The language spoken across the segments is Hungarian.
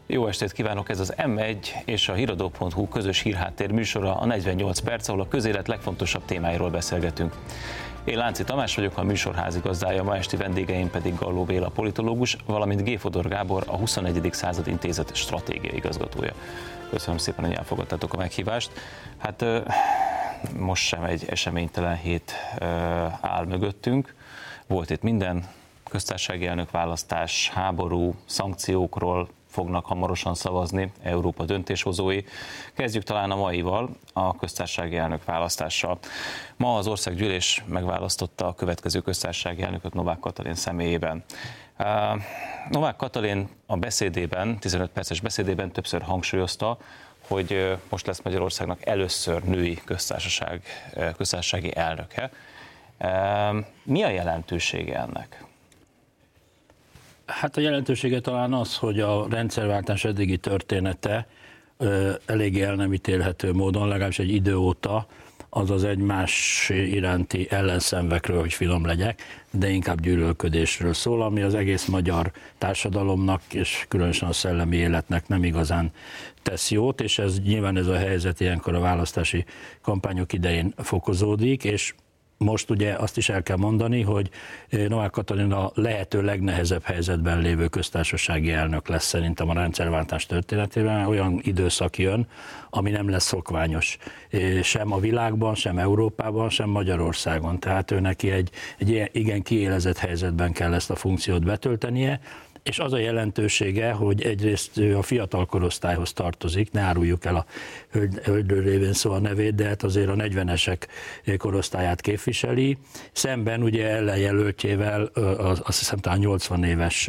Jó estét kívánok, ez az M1 és a Híradó.hu közös hírháttér műsora, a 48 perc, ahol a közélet legfontosabb témáiról beszélgetünk. Én Lánci Tamás vagyok, a műsor házigazdája, ma esti vendégeim pedig Galló Béla politológus, valamint G. Fodor Gábor, a 21. század intézet stratégiai igazgatója. Köszönöm szépen, hogy elfogadtátok a meghívást. Hát most sem egy eseménytelen hét áll mögöttünk. Volt itt minden, köztársasági elnökválasztás, háború, szankciókról fognak hamarosan szavazni Európa döntéshozói. Kezdjük talán a maival, a köztársasági elnökválasztással. Ma az országgyűlés megválasztotta a következő köztársasági elnököt Novák Katalin személyében. Novák Katalin a beszédében, 15 perces beszédében többször hangsúlyozta, hogy most lesz Magyarországnak először női köztársasági elnöke. Mi a jelentősége ennek? Hát a jelentősége talán az, hogy a rendszerváltás eddigi története eléggé el nem ítélhető módon, legalábbis egy idő óta, azaz egymás iránti ellenszenvekről, hogy finom legyek, de inkább gyűlölködésről szól, ami az egész magyar társadalomnak és különösen a szellemi életnek nem igazán tesz jót, és nyilván ez a helyzet ilyenkor a választási kampányok idején fokozódik, és most ugye azt is el kell mondani, hogy Novák Katalin a lehető legnehezebb helyzetben lévő köztársasági elnök lesz szerintem a rendszerváltás történetében. Olyan időszak jön, ami nem lesz szokványos sem a világban, sem Európában, sem Magyarországon. Tehát ő neki egy igen kiélezett helyzetben kell ezt a funkciót betöltenie, és az a jelentősége, hogy egyrészt ő a fiatal korosztályhoz tartozik, ne áruljuk el a hölgyről révén szó a nevét, de hát azért a 40-esek korosztályát képviseli, szemben ugye ellenjelöltjével, azt hiszem talán 80 éves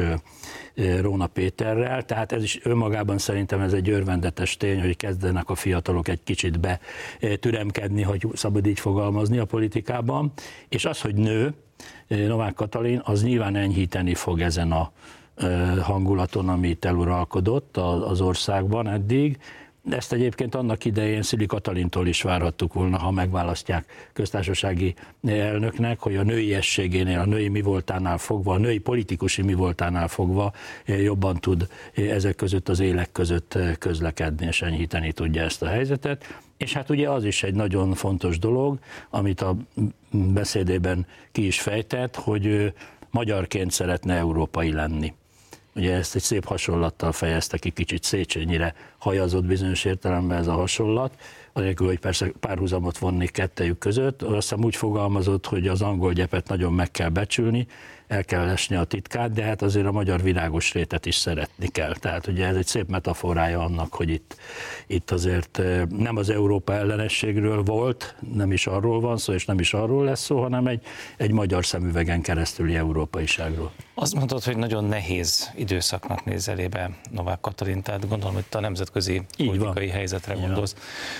Róna Péterrel, tehát ez is önmagában szerintem ez egy örvendetes tény, hogy kezdenek a fiatalok egy kicsit betüremkedni, hogy szabad így fogalmazni a politikában, és az, hogy nő, Novák Katalin, az nyilván enyhíteni fog ezen a hangulaton, ami itt eluralkodott az országban eddig. Ezt egyébként annak idején Szili Katalintól is várhattuk volna, ha megválasztják köztársasági elnöknek, hogy a nőiességénél, a női mi voltánál fogva, a női politikusi mi voltánál fogva jobban tud ezek között az élek között közlekedni, és enyhíteni tudja ezt a helyzetet. És hát ugye az is egy nagyon fontos dolog, amit a beszédében ki is fejtett, hogy magyarként szeretne európai lenni. Ugye ezt egy szép hasonlattal fejezte ki, kicsit Széchenyire hajazott bizonyos értelemben ez a hasonlat, anélkül, hogy persze párhuzamot vonni kettejük között. Azt hiszem úgy fogalmazott, hogy az angol gyepet nagyon meg kell becsülni, el kell lesni a titkát, de hát azért a magyar virágos rétet is szeretni kell. Tehát ugye ez egy szép metaforája annak, hogy itt azért nem az Európa ellenességről volt, nem is arról van szó, és nem is arról lesz szó, hanem egy magyar szemüvegen keresztüli európaiságról. Azt mondtad, hogy nagyon nehéz időszaknak néz elébe Novák Katalin, tehát gondolom, hogy a nemzetközi politikai helyzetre gondolsz.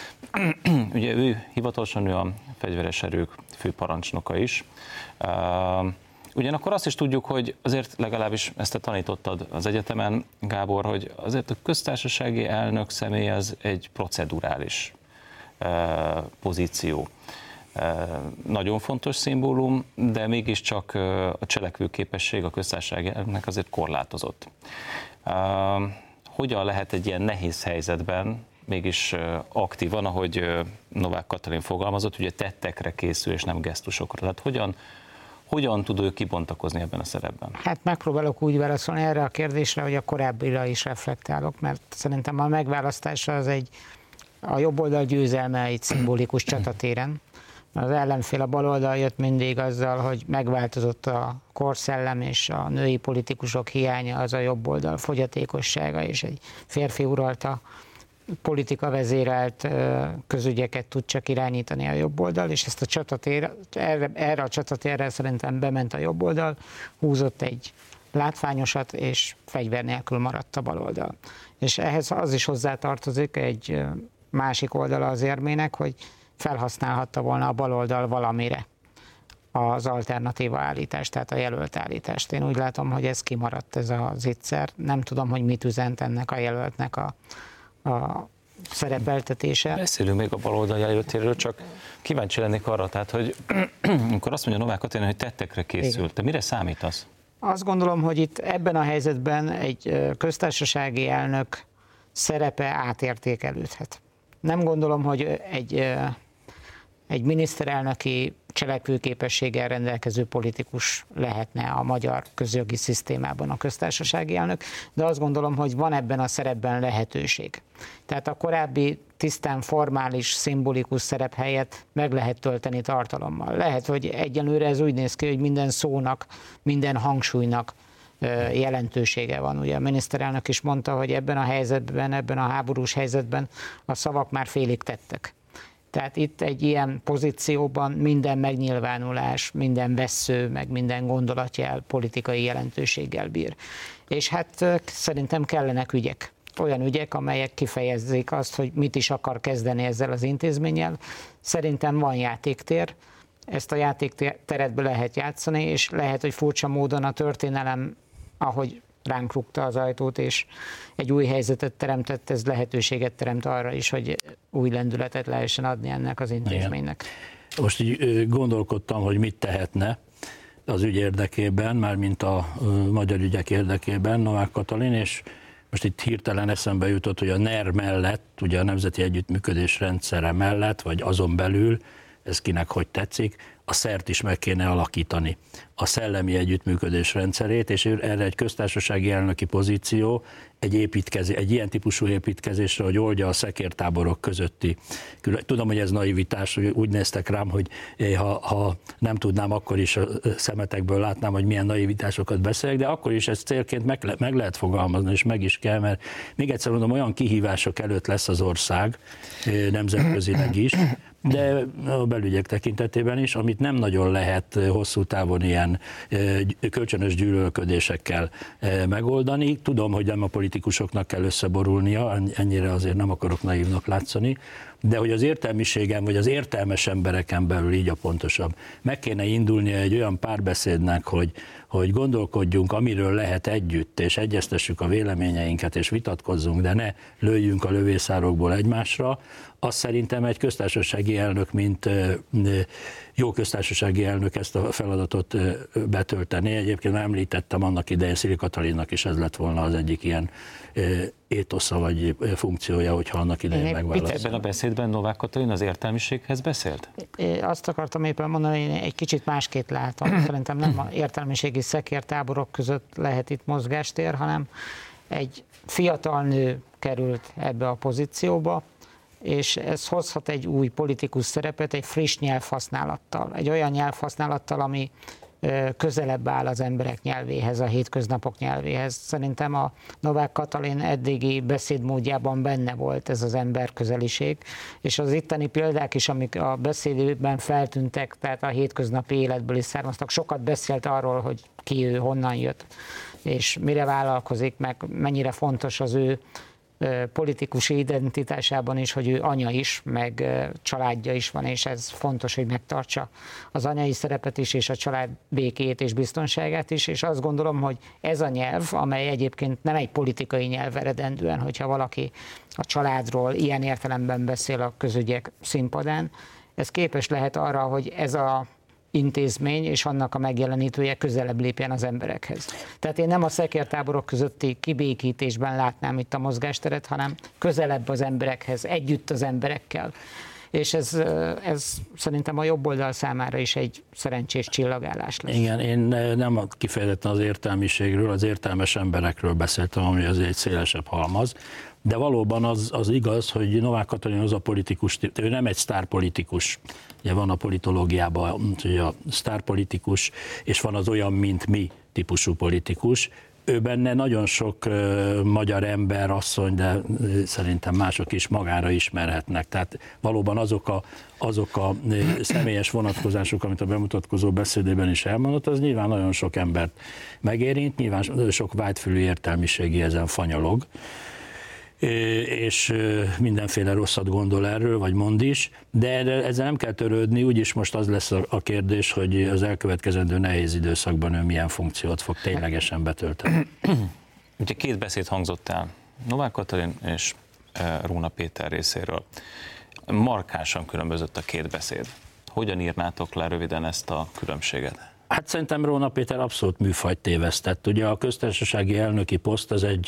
Ugye ő hivatalosan a fegyveres erők főparancsnoka is. Ugyanakkor azt is tudjuk, hogy azért legalábbis ezt te tanítottad az egyetemen, Gábor, hogy azért a köztársasági elnök személy az egy procedurális pozíció. Nagyon fontos szimbólum, de mégiscsak a cselekvőképesség a köztársasági elnöknek azért korlátozott. Hogyan lehet egy ilyen nehéz helyzetben mégis aktívan, ahogy Novák Katalin fogalmazott, ugye tettekre készül és nem gesztusokra. Tehát hogyan tud ő kibontakozni ebben a szerepben? Hát megpróbálok úgy válaszolni erre a kérdésre, hogy a korábbira is reflektálok, mert szerintem a megválasztása az a jobb oldal győzelme egy szimbolikus csatatéren. Az ellenfél, a baloldal jött mindig azzal, hogy megváltozott a korszellem és a női politikusok hiánya, az a jobb oldal fogyatékossága és egy férfi uralta politika vezérelt közügyeket tud csak irányítani a jobb oldal, és ezt erre a csatatérre szerintem bement a jobb oldal, húzott egy látványosat, és fegyver nélkül maradt a bal oldal. És ehhez az is hozzátartozik egy másik oldala az érmének, hogy felhasználhatta volna a bal oldal valamire az alternatíva állítást, tehát a jelölt állítást. Én úgy látom, hogy ez kimaradt, ez az zicser. Nem tudom, hogy mit üzent ennek a jelöltnek a szerepeltetése. Beszélünk még a baloldal jelöltéről, csak kíváncsi lennék arra, tehát, hogy amikor azt mondja Novák Katalin, hogy tettekre készült, te mire számítasz? Azt gondolom, hogy itt ebben a helyzetben egy köztársasági elnök szerepe átértékelődhet. Nem gondolom, hogy egy miniszterelnöki cselekvőképességgel rendelkező politikus lehetne a magyar közjogi szisztémában a köztársasági elnök, de azt gondolom, hogy van ebben a szerepben lehetőség. Tehát a korábbi tisztán formális, szimbolikus szerep helyett meg lehet tölteni tartalommal. Lehet, hogy egyelőre ez úgy néz ki, hogy minden szónak, minden hangsúlynak jelentősége van. Ugye a miniszterelnök is mondta, hogy ebben a helyzetben, ebben a háborús helyzetben a szavak már félig tettek. Tehát itt egy ilyen pozícióban minden megnyilvánulás, minden vessző, meg minden gondolatjel politikai jelentőséggel bír. És hát szerintem kellenek ügyek. Olyan ügyek, amelyek kifejezzék azt, hogy mit is akar kezdeni ezzel az intézménnyel. Szerintem van játéktér, ezt a játékteret be lehet játszani, és lehet, hogy furcsa módon a történelem, ahogy ránk rúgta az ajtót, és egy új helyzetet teremtett, ez lehetőséget teremt arra is, hogy új lendületet lehessen adni ennek az intézménynek. Igen. Most így gondolkodtam, hogy mit tehetne az ügy érdekében, mármint a magyar ügyek érdekében Novák Katalin, és most itt hirtelen eszembe jutott, hogy a NER mellett, ugye a Nemzeti Együttműködés rendszere mellett, vagy azon belül, ez kinek hogy tetszik, a szert is meg kéne alakítani, a együttműködés rendszerét, és erre egy köztársasági elnöki pozíció, egy ilyen típusú építkezésre, hogy oldja a szekértáborok közötti. Tudom, hogy ez naivitás, hogy úgy néztek rám, hogy ha nem tudnám, akkor is a szemetekből látnám, hogy milyen naivitásokat beszélek, de akkor is ezt célként meg lehet fogalmazni, és meg is kell, mert még egyszer mondom, olyan kihívások előtt lesz az ország, nemzetközileg is, de a belügyek tekintetében is, amit nem nagyon lehet hosszú távon ilyen kölcsönös gyűlölködésekkel megoldani. Tudom, hogy nem a politikusoknak kell összeborulnia, ennyire azért nem akarok naívnak látszani, de hogy az értelmiségem, vagy az értelmes embereken belül, így a pontosabb, meg kéne indulnia egy olyan párbeszédnek, hogy gondolkodjunk, amiről lehet együtt, és egyeztessük a véleményeinket, és vitatkozzunk, de ne lőjünk a lövészárokból egymásra, azt szerintem egy köztársasági elnök, mint jó köztársasági elnök ezt a feladatot betölteni. Egyébként már említettem annak idején, Szili Katalinnak is ez lett volna az egyik ilyen étosza vagy funkciója, hogyha annak idején megválasztja. Ebben a beszédben Novák Katalin az értelmiséghez beszélt? Azt akartam éppen mondani, hogy én egy kicsit másképp látom. Szerintem nem az értelmiségi szekértáborok között lehet itt mozgástér, hanem egy fiatal nő került ebbe a pozícióba, és ez hozhat egy új politikus szerepet, egy friss nyelvhasználattal. Egy olyan nyelvhasználattal, ami közelebb áll az emberek nyelvéhez, a hétköznapok nyelvéhez. Szerintem a Novák Katalin eddigi beszédmódjában benne volt ez az emberközeliség, és az itteni példák is, amik a beszédében feltűntek, tehát a hétköznapi életből is származtak, sokat beszélt arról, hogy ki ő, honnan jött, és mire vállalkozik, meg mennyire fontos az ő politikusi identitásában is, hogy ő anya is, meg családja is van, és ez fontos, hogy megtartsa az anyai szerepet is, és a család békéjét és biztonságát is, és azt gondolom, hogy ez a nyelv, amely egyébként nem egy politikai nyelv eredendően, hogyha valaki a családról ilyen értelemben beszél a közügyek színpadán, ez képes lehet arra, hogy ez a intézmény és annak a megjelenítője közelebb lépjen az emberekhez. Tehát én nem a szekértáborok közötti kibékítésben látnám itt a mozgásteret, hanem közelebb az emberekhez, együtt az emberekkel. És ez szerintem a jobb oldal számára is egy szerencsés csillagállás lesz. Igen, én nem kifejezetten az értelmiségről, az értelmes emberekről beszéltem, ami az egy szélesebb halmaz, de valóban az igaz, hogy Novák Katalin az a politikus, ő nem egy sztárpolitikus, ugye van a politológiában, hogy a sztárpolitikus, és van az olyan, mint mi típusú politikus. Ő benne nagyon sok magyar ember, asszony, de szerintem mások is magára ismerhetnek. Tehát valóban azok a személyes vonatkozások, amit a bemutatkozó beszédében is elmondott, az nyilván nagyon sok embert megérint, nyilván sok vágyfülű értelmiségi ezen fanyalog, és mindenféle rosszat gondol erről, vagy mond is, de ezzel nem kell törődni, úgyis most az lesz a kérdés, hogy az elkövetkezendő nehéz időszakban ő milyen funkciót fog ténylegesen betölteni. Ugye két beszéd hangzott el, Novák Katalin és Róna Péter részéről. Markánsan különbözött a két beszéd. Hogyan írnátok le röviden ezt a különbséget? Hát szerintem Róna Péter abszolút műfajt tévesztett. Ugye a köztársasági elnöki poszt az egy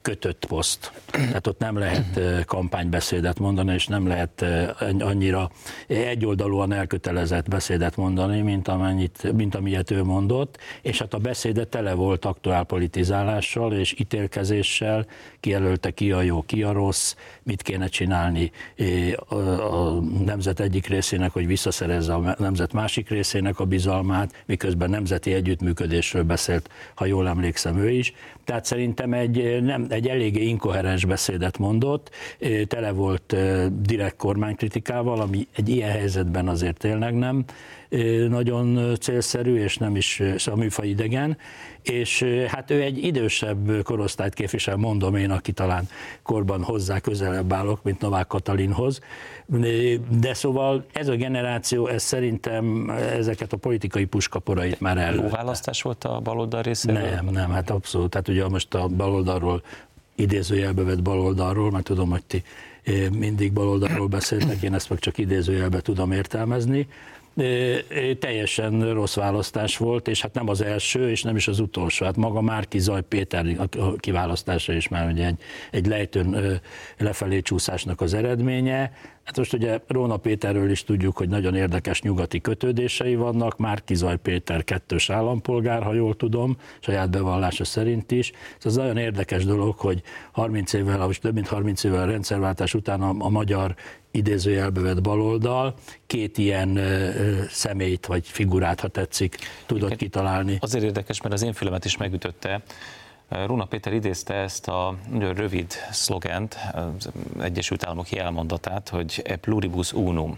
kötött poszt. Tehát ott nem lehet kampánybeszédet mondani, és nem lehet annyira egyoldalúan elkötelezett beszédet mondani, mint amilyet ő mondott, és hát a beszéde tele volt aktuálpolitizálással és ítélkezéssel, kijelölte ki a jó, ki a rossz, mit kéne csinálni a nemzet egyik részének, hogy visszaszerezze a nemzet másik részének a bizalmát, miközben nemzeti együttműködésről beszélt, ha jól emlékszem, ő is. Tehát szerintem egy eléggé inkoherens beszédet mondott, tele volt direkt kormánykritikával, ami egy ilyen helyzetben azért tényleg nem nagyon célszerű, és nem is a műfaj idegen, és hát ő egy idősebb korosztályt képvisel, mondom én, aki talán korban hozzá közelebb állok, mint Novák Katalinhoz, de szóval ez a generáció, ez szerintem ezeket a politikai puskaporait már Jó választás volt a baloldal részéről? Nem, hát abszolút, tehát ugye most a baloldalról, idézőjelbe vett baloldalról, mert tudom, hogy ti mindig baloldalról beszéltek, én ezt meg csak idézőjelbe tudom értelmezni, teljesen rossz választás volt, és hát nem az első, és nem is az utolsó. Hát maga Márki-Zay Péter kiválasztása is már ugye egy lejtőn lefelé csúszásnak az eredménye. Hát most ugye Róna Péterről is tudjuk, hogy nagyon érdekes nyugati kötődései vannak, Márki-Zay Péter kettős állampolgár, ha jól tudom, saját bevallása szerint is. Ez nagyon érdekes dolog, hogy 30 évvel, vagy több mint 30 évvel a rendszerváltás után a magyar idézőjelbe vett baloldal két ilyen személyt vagy figurát, ha tetszik, tudott kitalálni. Azért érdekes, mert az én fülemet is megütötte. Róna Péter idézte ezt a nagyon rövid szlogent, az Egyesült Államok jelmondatát, hogy e pluribus unum.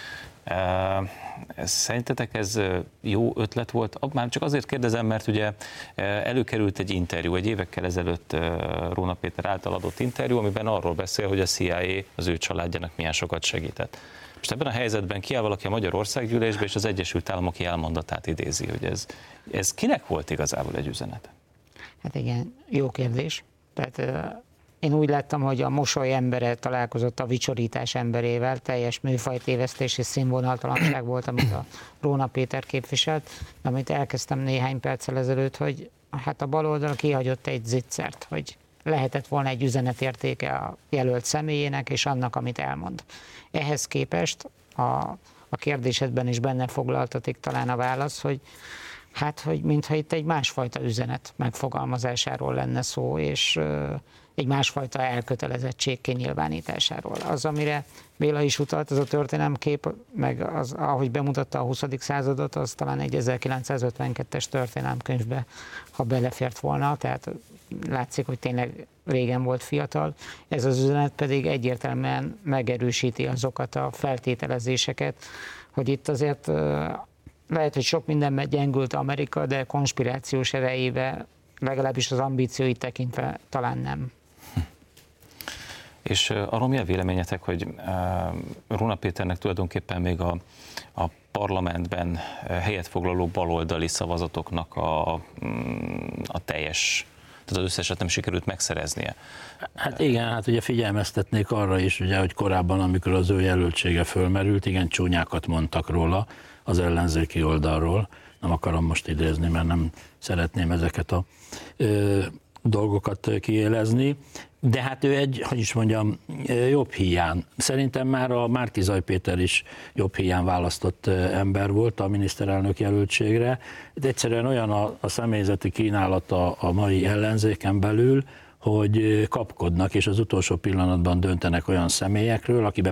Szerintetek ez jó ötlet volt? Már csak azért kérdezem, mert ugye előkerült egy interjú, egy évekkel ezelőtt Róna Péter által adott interjú, amiben arról beszél, hogy a CIA az ő családjának milyen sokat segített. Most ebben a helyzetben kiáll valaki a Magyar Országgyűlésbe, és az Egyesült Államok jelmondatát idézi, hogy ez kinek volt igazából egy üzenet? Hát igen, jó kérdés. Tehát én úgy láttam, hogy a mosoly embere találkozott a vicsorítás emberével, teljes műfajtévesztés és színvonaltalanság volt, amit a Róna Péter képviselt, amit elkezdtem néhány perccel ezelőtt, hogy hát a baloldal kihagyott egy zicsert, hogy lehetett volna egy üzenetértéke a jelölt személyének és annak, amit elmond. Ehhez képest a kérdésedben is benne foglaltatik talán a válasz, hogy mintha itt egy másfajta üzenet megfogalmazásáról lenne szó, és egy másfajta elkötelezettség kinyilvánításáról. Az, amire Béla is utalt, ez a történelemkép, meg az, ahogy bemutatta a 20. századot, az talán egy 1952-es történelemkönyvbe, ha belefért volna, tehát látszik, hogy tényleg régen volt fiatal. Ez az üzenet pedig egyértelműen megerősíti azokat a feltételezéseket, hogy itt azért lehet, hogy sok mindenben gyengült Amerika, de konspirációs erejével, legalábbis az ambícióit tekintve talán nem. És arról mi a véleményetek, hogy Róna Péternek tulajdonképpen még a parlamentben helyet foglaló baloldali szavazatoknak a teljes, tehát az összeset nem sikerült megszereznie? Hát igen, hát ugye figyelmeztetnék arra is, ugye, hogy korábban, amikor az ő jelöltsége fölmerült, igen csúnyákat mondtak róla az ellenzéki oldalról. Nem akarom most idézni, mert nem szeretném ezeket a dolgokat kiélezni, de hát ő egy, hogy is mondjam, jobb híján. Szerintem már a Márki-Zay Péter is jobb híján választott ember volt a miniszterelnök jelöltségre. De egyszerűen olyan a személyzeti kínálata a mai ellenzéken belül, hogy kapkodnak, és az utolsó pillanatban döntenek olyan személyekről, akikbe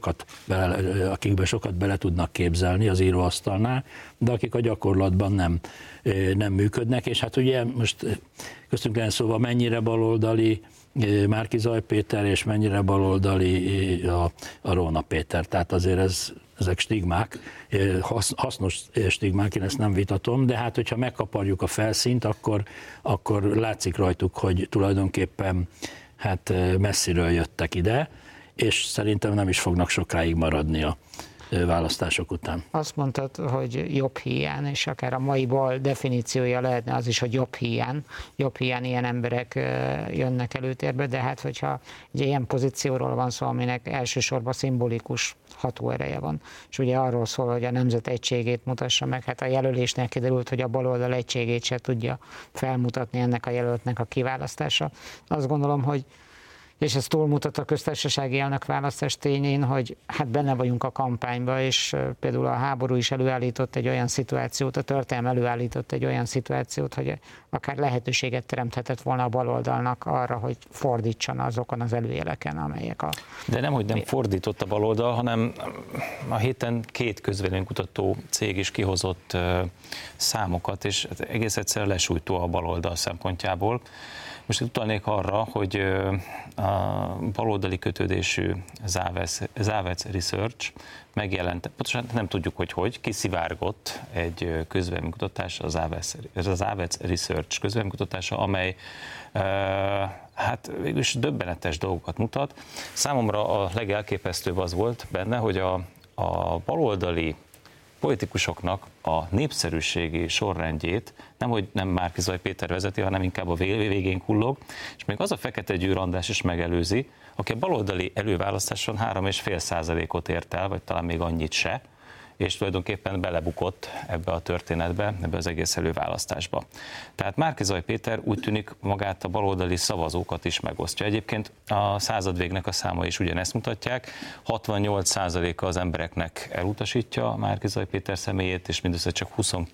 sokat bele tudnak képzelni az íróasztalnál, de akik a gyakorlatban nem működnek, és hát ugye most köztünk lenne szóval mennyire baloldali Márki-Zay Péter, és mennyire baloldali a Róna Péter, tehát azért ezek stigmák, hasznos stigmák, én ezt nem vitatom, de hát hogyha megkaparjuk a felszínt, akkor látszik rajtuk, hogy tulajdonképpen hát messziről jöttek ide, és szerintem nem is fognak sokáig maradni választások után. Azt mondtad, hogy jobb hiány, és akár a mai bal definíciója lehetne az is, hogy jobb hiány ilyen emberek jönnek előtérbe, de hát hogyha egy ilyen pozícióról van szó, aminek elsősorban szimbolikus hatóereje van, és ugye arról szól, hogy a nemzet egységét mutassa meg, hát a jelölésnél kiderült, hogy a baloldal egységét se tudja felmutatni ennek a jelöltnek a kiválasztása. Azt gondolom, hogy és ez túlmutat a köztársasági elnökválasztás tényén, hogy hát benne vagyunk a kampányba, és például a háború is előállított egy olyan szituációt, a történelem előállított egy olyan szituációt, hogy akár lehetőséget teremthetett volna a baloldalnak arra, hogy fordítson azokon az előjeleken, amelyek De nemhogy nem fordított a baloldal, hanem a héten 2 közvéleménykutató cég is kihozott számokat, és egész egyszerűen lesújtó a baloldal szempontjából. Most utalnék arra, hogy a baloldali kötődésű Závec Research megjelent, pontosan nem tudjuk, hogy kiszivárgott egy közvéleménykutatás, az Závec Research közvéleménykutatása, amely hát végülis döbbenetes dolgokat mutat. Számomra a legelképesztőbb az volt benne, hogy a baloldali politikusoknak a népszerűségi sorrendjét nem Márki-Zay Péter vezeti, hanem inkább a végén kullog, és még az a Fekete Győr András is megelőzi, aki a baloldali előválasztáson 3,5%-ot ért el, vagy talán még annyit se, és tulajdonképpen belebukott ebbe a történetbe, ebbe az egész előválasztásba. Tehát Márki-Zay Péter úgy tűnik magát a baloldali szavazókat is megosztja. Egyébként a századvégnek a számai is ugyanezt mutatják, 68%-a az embereknek elutasítja Márki-Zay Péter személyét, és mindössze csak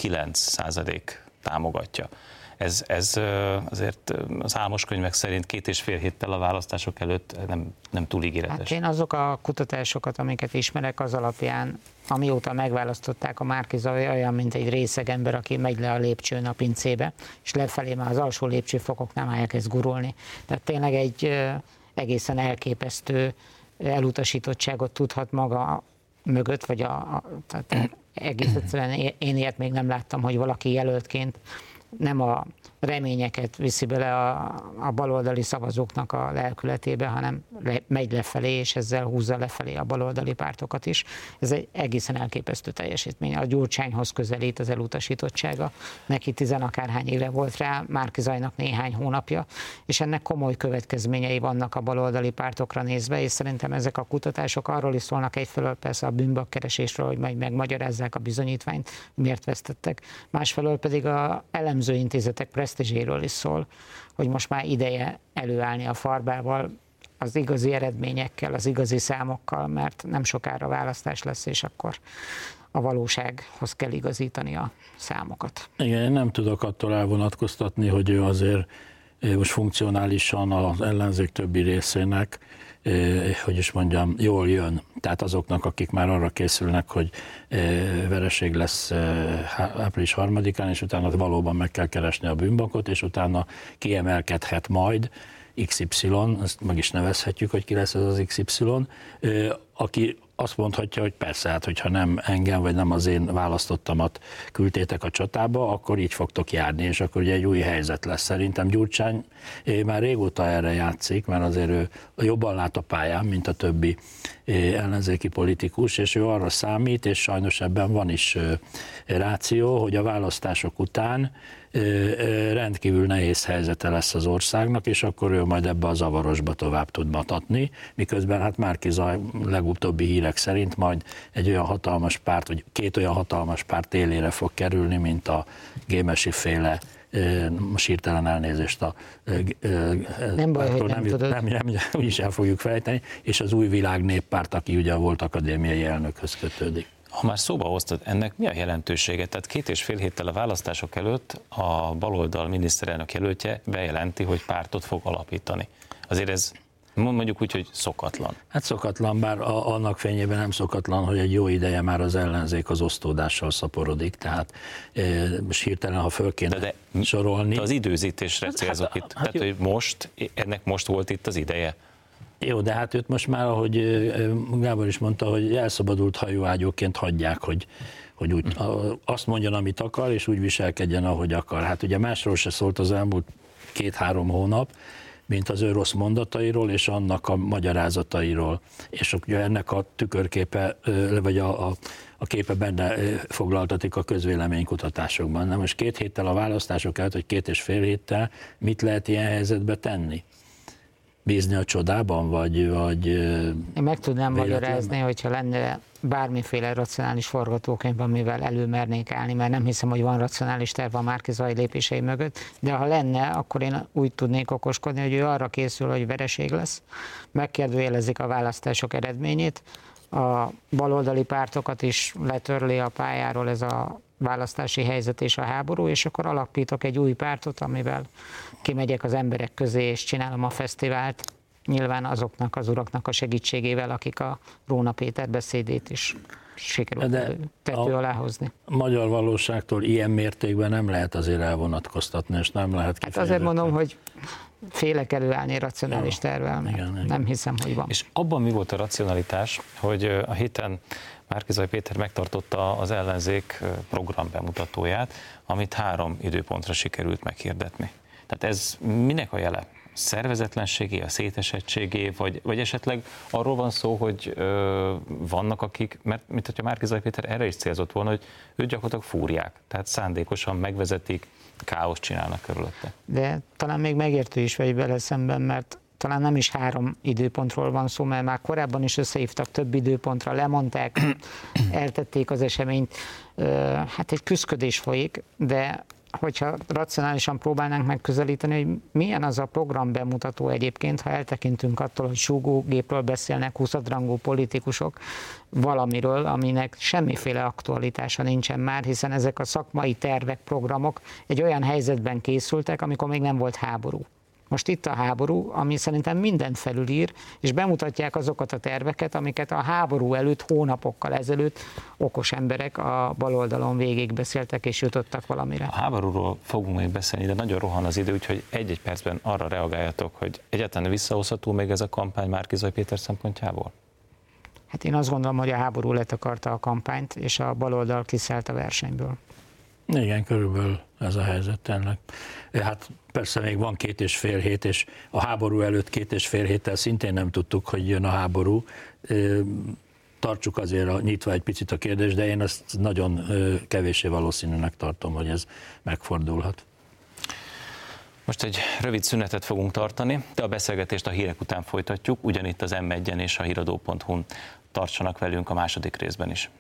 29% támogatja. Ez azért az álmoskönyvek szerint 2,5 héttel a választások előtt nem túl ígéretes. Hát én azok a kutatásokat, amiket ismerek, az alapján, amióta megválasztották a Márki-Zay, olyan, mint egy részeg ember, aki megy le a lépcsőn a pincébe, és lefelé már az alsó lépcsőfokoknál már elkezd gurulni. Tehát tényleg egy egészen elképesztő elutasítottságot tudhat maga mögött, vagy tehát egész egyszerűen én ilyet még nem láttam, hogy valaki jelöltként nem a reményeket viszi bele a baloldali szavazóknak a lelkületébe, hanem megy lefelé, és ezzel húzza lefelé a baloldali pártokat is. Ez egy egészen elképesztő teljesítmény. A Gyurcsányhoz közelít az elutasítottsága. Neki 10-akárhány éve volt rá, Márki-Zaynak néhány hónapja, és ennek komoly következményei vannak a baloldali pártokra nézve, és szerintem ezek a kutatások arról is szólnak egyfelől persze a bűnbakkeresésről, hogy majd megmagyarázzák a bizonyítványt, miért vesztettek. Másfelől pedig a elemző intézetek presztízséről is szól, hogy most már ideje előállni a farbával az igazi eredményekkel, az igazi számokkal, mert nem sokára választás lesz, és akkor a valósághoz kell igazítani a számokat. Igen, én nem tudok attól elvonatkoztatni, hogy ő azért most funkcionálisan az ellenzék többi részének, hogy is mondjam, jól jön. Tehát azoknak, akik már arra készülnek, hogy vereség lesz április 3-án, és utána valóban meg kell keresni a bűnbakot, és utána kiemelkedhet majd XY, ezt meg is nevezhetjük, hogy ki lesz ez az XY, aki azt mondhatja, hogy persze, hát hogyha nem engem, vagy nem az én választottamat küldtétek a csatába, akkor így fogtok járni, és akkor ugye egy új helyzet lesz. Szerintem Gyurcsány már régóta erre játszik, mert azért ő jobban lát a pályán, mint a többi ellenzéki politikus, és ő arra számít, és sajnos ebben van is ráció, hogy a választások után rendkívül nehéz helyzete lesz az országnak, és akkor ő majd ebbe a zavarosba tovább tud matatni, miközben hát Márki-Zay legutóbbi hírek szerint majd egy olyan hatalmas párt, vagy 2 olyan hatalmas párt élére fog kerülni, mint a Gémesi féle, most hirtelen elnézést nem baj, hogy nem tudod. Nem, is el fogjuk fejteni, és az Új Világ Néppárt, aki ugye volt akadémiai elnökhöz kötődik. Ha már szóba hoztad, ennek mi a jelentősége? Tehát 2,5 héttel a választások előtt a baloldal miniszterelnök jelöltje bejelenti, hogy pártot fog alapítani. Azért ez mondjuk úgy, hogy szokatlan. Hát szokatlan, bár annak fényében nem szokatlan, hogy egy jó ideje már az ellenzék az osztódással szaporodik, tehát most hirtelen, ha föl kéne sorolni. De az időzítésre célzok itt, tehát hogy ennek most volt itt az ideje. Jó, de hát őt most már, ahogy Gábor is mondta, hogy elszabadult hajóágyóként hagyják, hogy úgy azt mondjon, amit akar, és úgy viselkedjen, ahogy akar. Hát ugye másról se szólt az elmúlt 2-3 hónap, mint az ő rossz mondatairól és annak a magyarázatairól. És ugye ennek a tükörképe, vagy a képe benne foglaltatik a közvéleménykutatásokban. Na most 2 héttel a választások előtt, vagy 2,5 héttel mit lehet ilyen helyzetbe tenni? Bízni a csodában, vagy Én meg tudnám magyarázni, hogyha lenne bármiféle racionális forgatókönyv, amivel előmernék állni, mert nem hiszem, hogy van racionális terv a Márki-Zay lépései mögött, de ha lenne, akkor én úgy tudnék okoskodni, hogy ő arra készül, hogy vereség lesz, megkérdőjelezik a választások eredményét, a baloldali pártokat is letörli a pályáról ez a választási helyzet és a háború, és akkor alapítok egy új pártot, amivel kimegyek az emberek közé, és csinálom a fesztivált, nyilván azoknak az uraknak a segítségével, akik a Róna Péter beszédét is sikerült tető alá hozni. A magyar valóságtól ilyen mértékben nem lehet azért elvonatkoztatni, és nem lehet kifejezetten. Hát azért mondom, hogy félek előállni racionális tervvel, igen. Nem hiszem, hogy van. És abban mi volt a racionalitás, hogy a héten Márki-Zay Péter megtartotta az ellenzék program bemutatóját, amit 3 időpontra sikerült meghirdetni. Tehát ez minek a jele? Szervezetlenségé, a szétesettségé, vagy esetleg arról van szó, hogy vannak akik, mert mint hogyha Márki-Zay Péter erre is célzott volna, hogy őt gyakorlatilag fúrják, tehát szándékosan megvezetik, káoszt csinálnak körülötte. De talán még megértő is vagy vele szemben, mert talán nem is 3 időpontról van szó, mert már korábban is összehívtak több időpontra, lemondták, eltették az eseményt. Hát egy küszködés folyik, de hogyha racionálisan próbálnánk megközelíteni, hogy milyen az a program bemutató egyébként, ha eltekintünk attól, hogy súgógépről beszélnek 20-rangú politikusok valamiről, aminek semmiféle aktualitása nincsen már, hiszen ezek a szakmai tervek, programok egy olyan helyzetben készültek, amikor még nem volt háború. Most itt a háború, ami szerintem mindent felülír, és bemutatják azokat a terveket, amiket a háború előtt, hónapokkal ezelőtt okos emberek a baloldalon végigbeszéltek és jutottak valamire. A háborúról fogunk még beszélni, de nagyon rohan az idő, úgyhogy egy-egy percben arra reagáljatok, hogy egyáltalán visszahozható még ez a kampány Márki-Zay Péter szempontjából? Hát én azt gondolom, hogy a háború letakarta a kampányt, és a baloldal kiszállt a versenyből. Igen, körülbelül ez a helyzet tényleg. Hát persze még van 2,5 hét, és a háború előtt 2,5 héttel szintén nem tudtuk, hogy jön a háború. Tartsuk azért nyitva egy picit a kérdést, de én azt nagyon kevéssé valószínűnek tartom, hogy ez megfordulhat. Most egy rövid szünetet fogunk tartani, de a beszélgetést a hírek után folytatjuk, ugyanitt az M1-en és a híradó.hu-n. Tartsanak velünk a második részben is.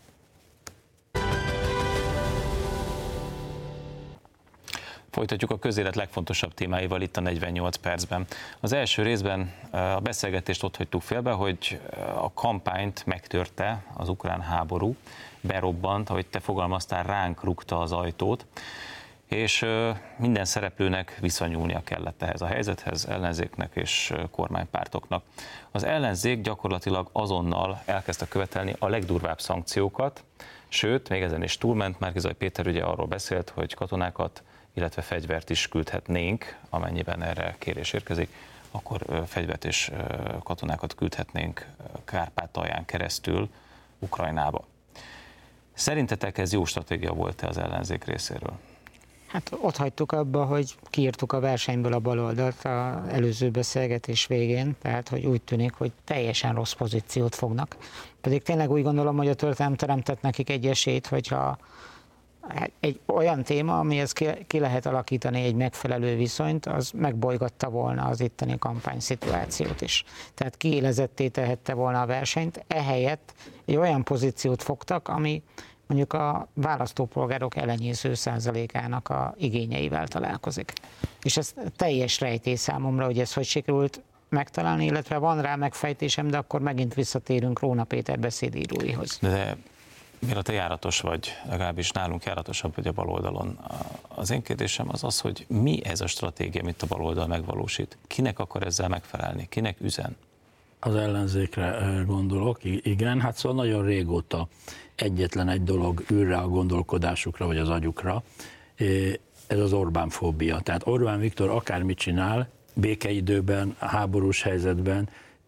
Folytatjuk a közélet legfontosabb témáival itt a 48 percben. Az első részben a beszélgetést ott hagytuk félbe, hogy a kampányt megtörte az ukrán háború, berobbant, ahogy te fogalmaztál, ránk rúgta az ajtót, és minden szereplőnek viszonyulnia kellett ehhez a helyzethez, ellenzéknek és kormánypártoknak. Az ellenzék gyakorlatilag azonnal elkezdte követelni a legdurvább szankciókat, sőt, még ezen is túlment, Márki-Zay Péter ugye arról beszélt, hogy katonákat, illetve fegyvert is küldhetnénk, amennyiben erre kérés érkezik, akkor fegyvert és katonákat küldhetnénk Kárpátalján keresztül Ukrajnába. Szerintetek ez jó stratégia volt-e az ellenzék részéről? Hát ott hagytuk abba, hogy kiírtuk a versenyből a baloldalt az előző beszélgetés végén, tehát hogy úgy tűnik, hogy teljesen rossz pozíciót fognak. Pedig tényleg úgy gondolom, hogy a történelem teremtett nekik egy esélyt, hogyha egy olyan téma, amihez ki lehet alakítani egy megfelelő viszonyt, az megbolygatta volna az itteni kampányszituációt is. Tehát kiélezetté tehette volna a versenyt, ehelyett egy olyan pozíciót fogtak, ami mondjuk a választópolgárok elenyésző százalékának a igényeivel találkozik. És ez teljes rejtély számomra, hogy ez hogy sikerült megtalálni, illetve van rá megfejtésem, de akkor megint visszatérünk Róna Péter beszédíróihoz. De miért te járatos vagy, legalábbis nálunk járatosabb vagy a baloldalon. Az én kérdésem az az, hogy mi ez a stratégia, amit a baloldal megvalósít? Kinek akar ezzel megfelelni? Kinek üzen? Az ellenzékre gondolok, igen, hát szóval nagyon régóta egyetlen egy dolog ül rá a gondolkodásukra, vagy az agyukra, ez az Orbán-fóbia. Tehát Orbán Viktor akármit csinál, békeidőben, háborús helyzetben,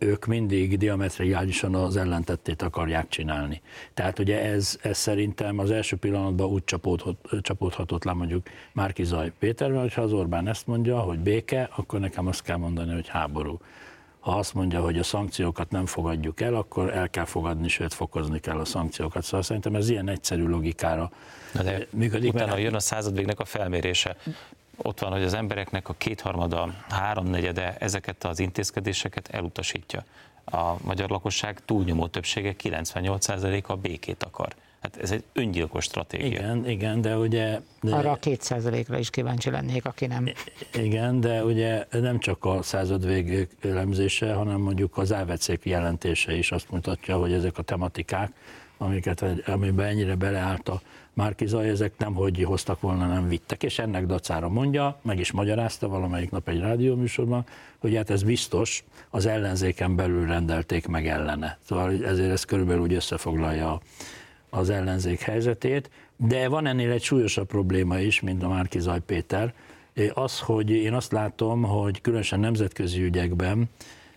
ők mindig diametriálisan az ellentettét akarják csinálni. Tehát ugye ez szerintem az első pillanatban úgy csapódhatott le mondjuk Márki-Zay Péterben, hogyha az Orbán ezt mondja, hogy béke, akkor nekem azt kell mondani, hogy háború. Ha azt mondja, hogy a szankciókat nem fogadjuk el, akkor el kell fogadni, sőt fokozni kell a szankciókat. Szóval szerintem ez ilyen egyszerű logikára működik. Utána jön a századvégnek a felmérése. Ott van, hogy az embereknek a kétharmada, háromnegyede ezeket az intézkedéseket elutasítja. A magyar lakosság túlnyomó többsége, 98%-a a békét akar. Hát ez egy öngyilkos stratégia. Igen, de ugye... Arra a 2%-ra is kíváncsi lennék, aki nem. Igen, de ugye nem csak a századvég elemzése, hanem mondjuk az AVC jelentése is azt mutatja, hogy ezek a tematikák, amiben ennyire beleállt a Márki-Zay, ezek nem hogy hoztak volna, nem vittek, és ennek dacára mondja, meg is magyarázta valamelyik nap egy rádióműsorban, hogy hát ez biztos, az ellenzéken belül rendelték meg ellene. Szóval ezért ez körülbelül úgy összefoglalja az ellenzék helyzetét, de van ennél egy súlyosabb probléma is, mint a Márki-Zay Péter, az, hogy én azt látom, hogy különösen nemzetközi ügyekben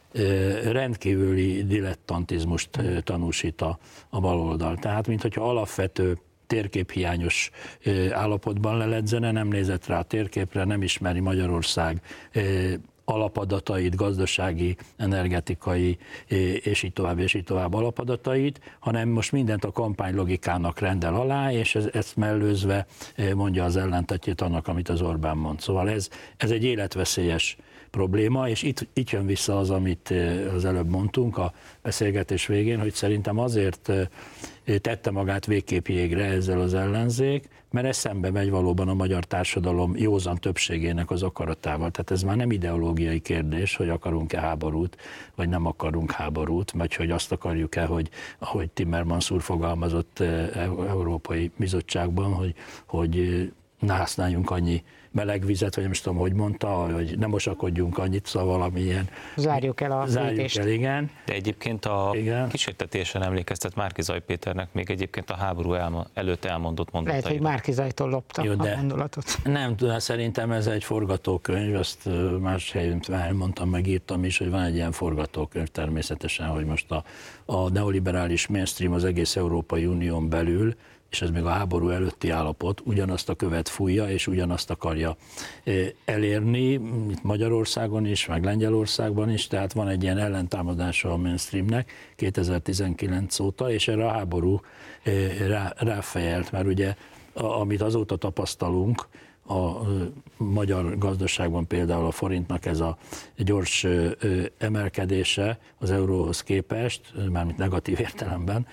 rendkívüli dilettantizmust tanúsít a baloldal. Tehát, minthogyha alapvető térképhiányos állapotban leledzene, nem nézett rá a térképre, nem ismeri Magyarország alapadatait, gazdasági, energetikai, és így tovább alapadatait, hanem most mindent a kampánylogikának rendel alá, és ezt mellőzve mondja az ellentetjét annak, amit az Orbán mond. Szóval ez egy életveszélyes probléma, és itt jön vissza az, amit az előbb mondtunk a beszélgetés végén, hogy szerintem azért tette magát végképp jégre ezzel az ellenzék, mert ez szembe megy valóban a magyar társadalom józan többségének az akaratával. Tehát ez már nem ideológiai kérdés, hogy akarunk-e háborút, vagy nem akarunk háborút, vagy hogy azt akarjuk-e, hogy ahogy Timmermans úr fogalmazott Európai Bizottságban, hogy ne használjunk annyi meleg vizet, vagy nem is tudom, hogy mondta, hogy nem mosakodjunk annyit, szóval valamilyen... Zárjuk el a fűtést. Igen. De egyébként a kísértetésen emlékeztet Márki-Zay Péternek még egyébként a háború előtt elmondott mondatai. Lehet, hogy Márki-Zaytól lopta a gondolatot. Nem tudom, szerintem ez egy forgatókönyv, azt más helyen elmondtam, megírtam is, hogy van egy ilyen forgatókönyv természetesen, hogy most a neoliberális mainstream az egész Európai Unión belül, és ez még a háború előtti állapot, ugyanazt a követ fújja, és ugyanazt akarja elérni, itt Magyarországon is, meg Lengyelországban is, tehát van egy ilyen ellentámadása a mainstreamnek 2019 óta, és erre a háború ráfejelt, mert ugye amit azóta tapasztalunk, a magyar gazdaságban például a forintnak ez a gyors emelkedése az euróhoz képest, mármint negatív értelemben,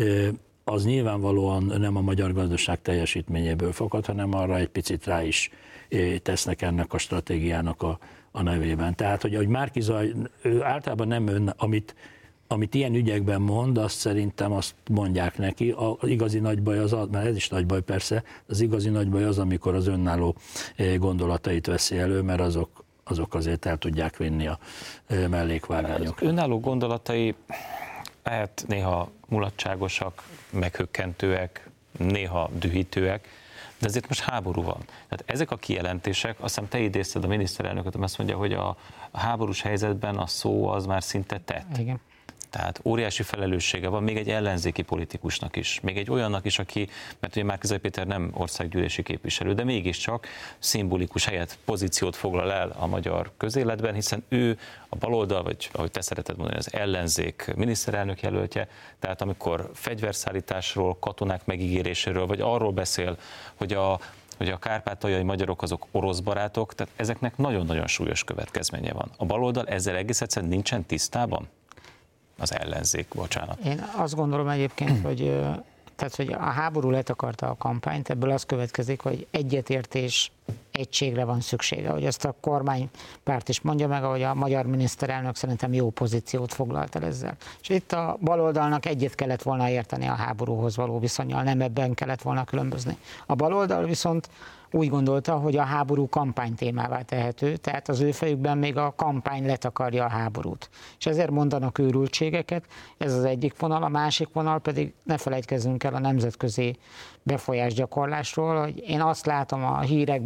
az nyilvánvalóan nem a magyar gazdaság teljesítményéből fakad, hanem arra egy picit rá is tesznek ennek a stratégiának a nevében. Tehát, hogy Márki-Zay általában nem amit ilyen ügyekben mond, azt szerintem azt mondják neki. Az igazi nagy baj az, mert ez is nagy baj persze, az igazi nagy baj az, amikor az önálló gondolatait veszi elő, mert azok azért el tudják vinni a mellékvágányok. Az önálló gondolatai lehet néha mulatságosak, meghökkentőek, néha dühítőek, de ezért most háború van. Tehát ezek a kijelentések, azt hiszem te idézted a miniszterelnököt, azt mondja, hogy a háborús helyzetben a szó az már szinte tett. Igen. Tehát óriási felelőssége van még egy ellenzéki politikusnak is, még egy olyannak is, aki, mert ugye Márki-Zay Péter nem országgyűlési képviselő, de mégiscsak szimbolikus helyet, pozíciót foglal el a magyar közéletben, hiszen ő a baloldal, vagy ahogy te szereted mondani, az ellenzék miniszterelnök jelöltje, tehát amikor fegyverszállításról, katonák megígéréséről, vagy arról beszél, hogy a kárpátaljai magyarok azok orosz barátok, tehát ezeknek nagyon-nagyon súlyos következménye van. A baloldal ezzel egész egyszerűen nincsen tisztában? Az ellenzék, bocsánat. Én azt gondolom egyébként, hogy a háború letakarta a kampányt, ebből az következik, hogy egyetértés, egységre van szüksége, hogy ezt a kormánypárt is mondja meg, ahogy a magyar miniszterelnök szerintem jó pozíciót foglalt el ezzel. És itt a baloldalnak egyet kellett volna érteni a háborúhoz való viszonnyal, nem ebben kellett volna különbözni. A baloldal viszont úgy gondolta, hogy a háború kampánytémává tehető, tehát az ő fejükben még a kampány letakarja a háborút. És ezért mondanak őrültségeket, ez az egyik vonal, a másik vonal pedig ne felejtkezzünk el a nemzetközi befolyásgyakorlásról, hogy én azt látom a hírekből,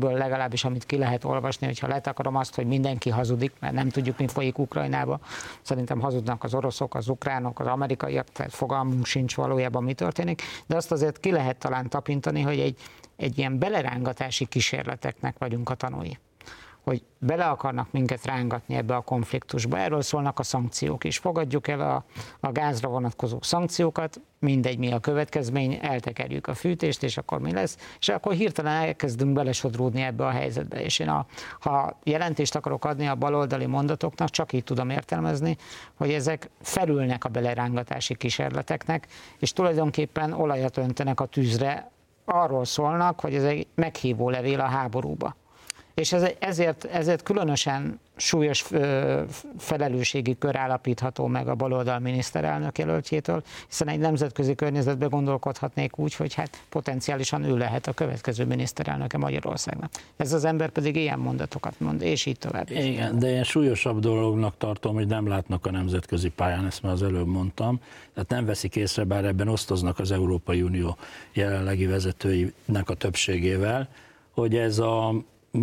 ebből legalábbis, amit ki lehet olvasni, hogyha letakarom azt, hogy mindenki hazudik, mert nem tudjuk, mi folyik Ukrajnába. Szerintem hazudnak az oroszok, az ukránok, az amerikaiak, tehát fogalmunk sincs valójában, mi történik, de azt azért ki lehet talán tapintani, hogy egy ilyen belerángatási kísérleteknek vagyunk a tanúi. Hogy bele akarnak minket rángatni ebbe a konfliktusba. Erről szólnak a szankciók is. Fogadjuk el a gázra vonatkozó szankciókat, mindegy mi a következmény, eltekerjük a fűtést, és akkor mi lesz, és akkor hirtelen elkezdünk belesodródni ebbe a helyzetbe. És én ha jelentést akarok adni a baloldali mondatoknak, csak így tudom értelmezni, hogy ezek felülnek a belerángatási kísérleteknek, és tulajdonképpen olajat öntenek a tűzre, arról szólnak, hogy ez egy meghívó levél a háborúba. És ezért különösen súlyos felelősségi kör állapítható meg a baloldal miniszterelnök jelöltjétől, hiszen egy nemzetközi környezetben gondolkodhatnék úgy, hogy hát potenciálisan ő lehet a következő miniszterelnöke Magyarországnak. Ez az ember pedig ilyen mondatokat mond, és így tovább. Igen, de én súlyosabb dolognak tartom, hogy nem látnak a nemzetközi pályán, ezt már az előbb mondtam, tehát nem veszik észre, bár ebben osztoznak az Európai Unió jelenlegi vezetőinek a többségével, hogy ez a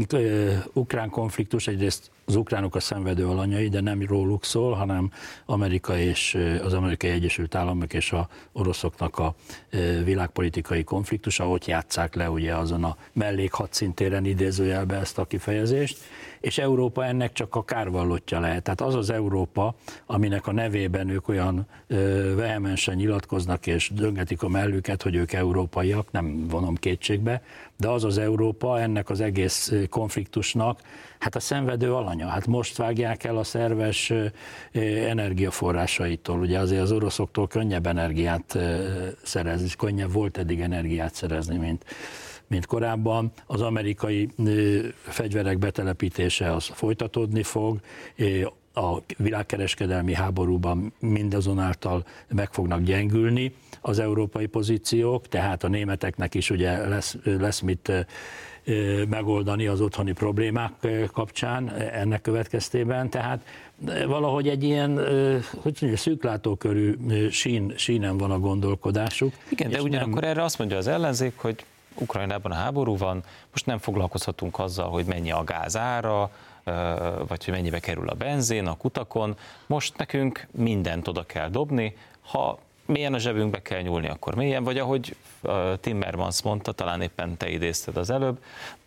ukrán konfliktus egyrészt az ukránok a szenvedő alanyai, de nem róluk szól, hanem Amerika és az Amerikai Egyesült Államok és a oroszoknak a világpolitikai konfliktusa, ahogy játsszák le ugye azon a mellékhadszintéren, idézőjelbe ezt a kifejezést, és Európa ennek csak a kárvallottja lehet. Tehát az az Európa, aminek a nevében ők olyan vehemensen nyilatkoznak és döngetik a mellüket, hogy ők európaiak, nem vonom kétségbe, de az az Európa ennek az egész konfliktusnak hát a szenvedő alanya. Hát most vágják el a szerves energiaforrásaitól. Ugye azért az oroszoktól könnyebb energiát szerezni, könnyebb volt eddig energiát szerezni, mint korábban. Az amerikai fegyverek betelepítése az folytatódni fog, a világkereskedelmi háborúban mindazonáltal meg fognak gyengülni az európai pozíciók, tehát a németeknek is ugye lesz mit megoldani az otthoni problémák kapcsán ennek következtében, tehát valahogy egy ilyen, hogy mondja, szűklátókörű sínen van a gondolkodásuk. Igen, de ugyanakkor erre azt mondja az ellenzék, hogy Ukrajnában a háború van, most nem foglalkozhatunk azzal, hogy mennyi a gáz ára, vagy hogy mennyibe kerül a benzin a kutakon, most nekünk mindent oda kell dobni, ha mélyen a zsebünkbe kell nyúlni, akkor mélyen, vagy ahogy Timmermans mondta, talán éppen te idézted az előbb,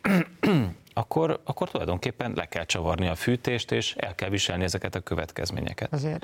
akkor tulajdonképpen le kell csavarni a fűtést, és el kell viselni ezeket a következményeket. Azért.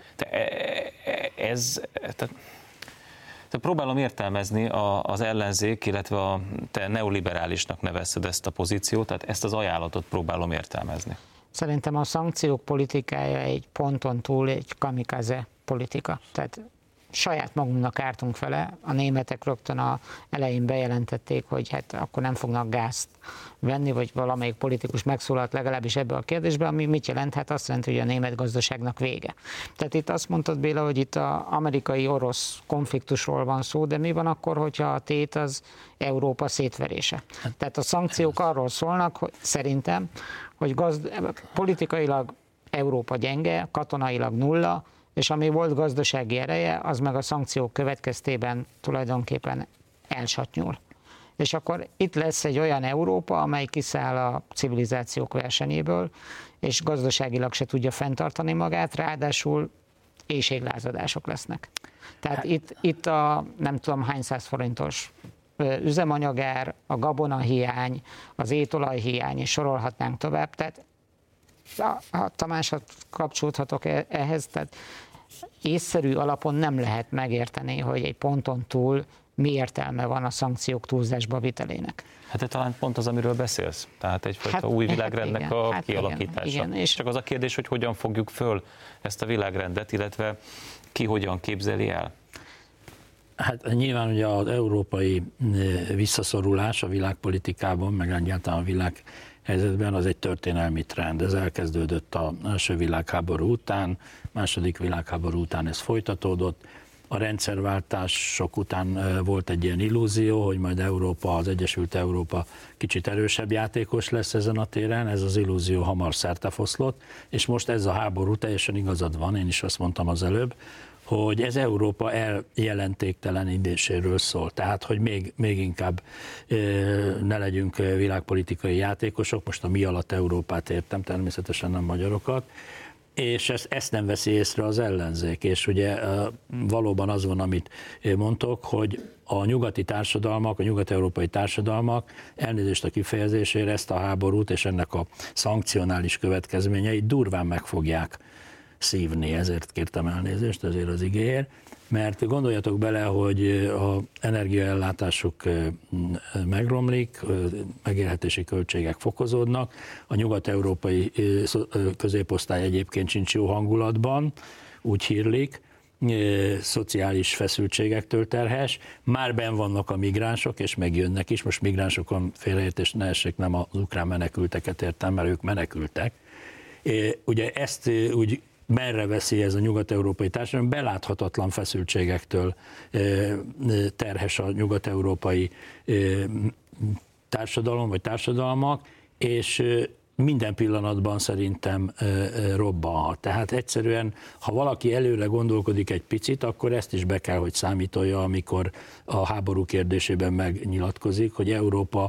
Tehát próbálom értelmezni az ellenzék, illetve te neoliberálisnak nevezted ezt a pozíciót, tehát ezt az ajánlatot próbálom értelmezni. Szerintem a szankciók politikája egy ponton túl egy kamikaze politika. Tehát saját magunknak ártunk vele, a németek rögtön az elején bejelentették, hogy hát akkor nem fognak gázt venni, vagy valamelyik politikus megszólalt legalábbis ebbe a kérdésbe, ami mit jelent? Hát azt jelenti, hogy a német gazdaságnak vége. Tehát itt azt mondtad, Béla, hogy itt az amerikai-orosz konfliktusról van szó, de mi van akkor, hogyha a tét az Európa szétverése? Tehát a szankciók arról szólnak, hogy szerintem, hogy politikailag Európa gyenge, katonailag nulla, és ami volt gazdasági ereje, az meg a szankciók következtében tulajdonképpen elsatnyul. És akkor itt lesz egy olyan Európa, amely kiszáll a civilizációk versenyéből, és gazdaságilag se tudja fenntartani magát, ráadásul éhséglázadások lesznek. Tehát itt a nem tudom hány száz forintos üzemanyagár, a gabonahiány, az étolajhiány, és sorolhatnánk tovább. Tehát Tamáshoz kapcsolódhatok ehhez, tehát észszerű alapon nem lehet megérteni, hogy egy ponton túl mi értelme van a szankciók túlzásba vitelének. Hát de talán pont az, amiről beszélsz. Tehát egyfajta új világrendnek a kialakítása. Igen, és csak az a kérdés, hogy hogyan fogjuk föl ezt a világrendet, illetve ki hogyan képzeli el? Hát nyilván ugye az európai visszaszorulás a világpolitikában, meg egyáltalán a világhelyzetben az egy történelmi trend. Ez elkezdődött az első világháború után, második világháború után ez folytatódott. A rendszerváltások után volt egy ilyen illúzió, hogy majd Európa, az Egyesült Európa kicsit erősebb játékos lesz ezen a téren, ez az illúzió hamar szertefoszlott, és most ez a háború, teljesen igazad van, én is azt mondtam az előbb, hogy ez Európa eljelentéktelenedéséről szól. Tehát, hogy még inkább ne legyünk világpolitikai játékosok, most a mi alatt Európát értem, természetesen nem magyarokat, és ezt nem veszi észre az ellenzék, és ugye valóban az van, amit mondtok, hogy a nyugati társadalmak, a nyugat-európai társadalmak, elnézést a kifejezésére, ezt a háborút és ennek a szankcionális következményeit durván meg fogják szívni, ezért kértem elnézést, ezért az igéért, mert gondoljatok bele, hogy az energiaellátásuk megromlik, megélhetési költségek fokozódnak, a nyugat-európai középosztály egyébként sincs jó hangulatban, úgy hírlik, szociális feszültségektől terhes, már benn vannak a migránsok, és megjönnek is, most migránsokon félreértés ne essék, nem az ukrán menekülteket értem, mert ők menekültek. Ugye ezt úgy merre veszi ez a nyugat-európai társadalom, beláthatatlan feszültségektől terhes a nyugat-európai társadalom vagy társadalmak, és minden pillanatban szerintem robbanhat. Tehát egyszerűen, ha valaki előre gondolkodik egy picit, akkor ezt is be kell, hogy számítolja, amikor a háború kérdésében megnyilatkozik, hogy Európa